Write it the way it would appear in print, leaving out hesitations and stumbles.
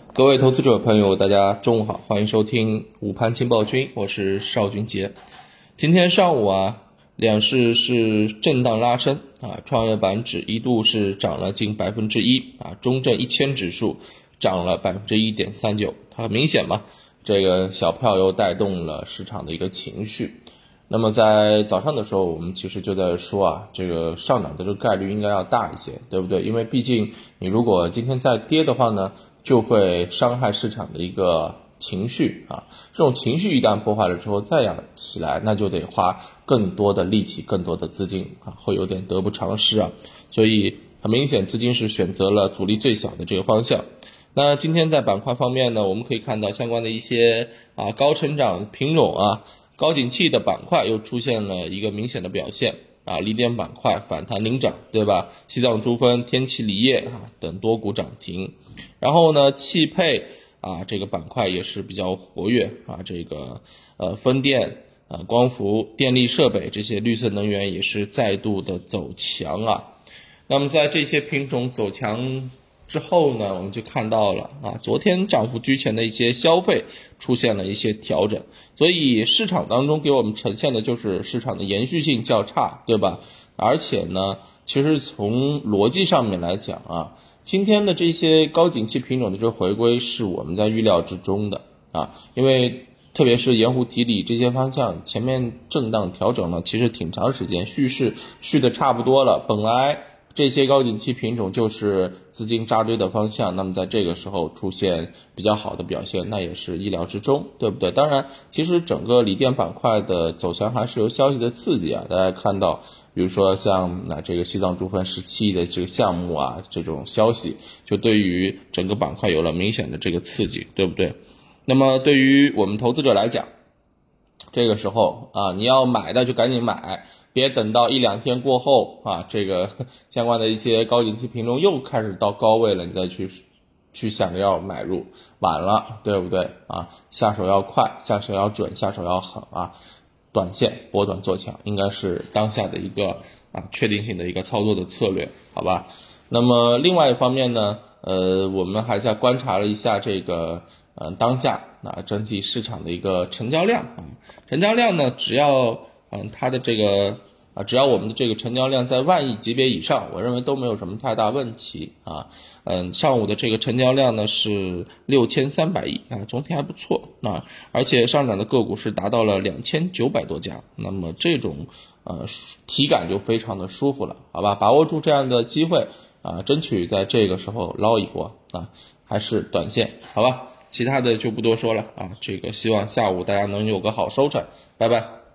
各位投资者朋友，大家中午好，欢迎收听午盘情报君，我是邵军杰。今天上午两市是震荡拉升创业板指一度是涨了近 1% 中证1000指数涨了 1.39%， 很明显嘛，这个小票又带动了市场的一个情绪。那么在早上的时候，我们其实就在说这个上涨的这个概率应该要大一些，对不对？因为毕竟你如果今天再跌的话呢，就会伤害市场的一个情绪这种情绪一旦破坏了之后，再要起来，那就得花更多的力气、更多的资金会有点得不偿失所以很明显，资金是选择了阻力最小的这个方向。那今天在板块方面呢，我们可以看到相关的一些高成长品种高景气的板块又出现了一个明显的表现锂电板块反弹领涨，对吧？西藏珠峰、天齐锂业等多股涨停。然后呢，汽配这个板块也是比较活跃这个风电光伏、电力设备这些绿色能源也是再度的走强那么在这些品种走强之后呢，我们就看到了昨天涨幅居前的一些消费出现了一些调整，所以市场当中给我们呈现的就是市场的延续性较差，对吧？而且呢，其实从逻辑上面来讲今天的这些高景气品种的这个回归是我们在预料之中的因为特别是盐湖提锂这些方向前面震荡调整了其实挺长时间，续的差不多了，本来这些高景气品种就是资金扎堆的方向，那么在这个时候出现比较好的表现，那也是意料之中，对不对？当然其实整个锂电板块的走强还是由消息的刺激大家看到比如说像这个西藏珠峰17亿的这个项目这种消息就对于整个板块有了明显的这个刺激，对不对？那么对于我们投资者来讲，这个时候你要买的就赶紧买，别等到一两天过后这个相关的一些高景气品种又开始到高位了，你再去想着要买入，晚了，对不对下手要快，下手要准，下手要狠短线波段做强应该是当下的一个确定性的一个操作的策略，好吧？那么另外一方面呢，我们还在观察了一下这个当下整体市场的一个成交量成交量呢，只要它的这个只要我们的这个成交量在万亿级别以上，我认为都没有什么太大问题上午的这个成交量呢是6300亿总体还不错而且上涨的个股是达到了2900多家，那么这种体感就非常的舒服了，好吧？把握住这样的机会争取在这个时候捞一波还是短线，好吧？其他的就不多说了这个希望下午大家能有个好收场，拜拜。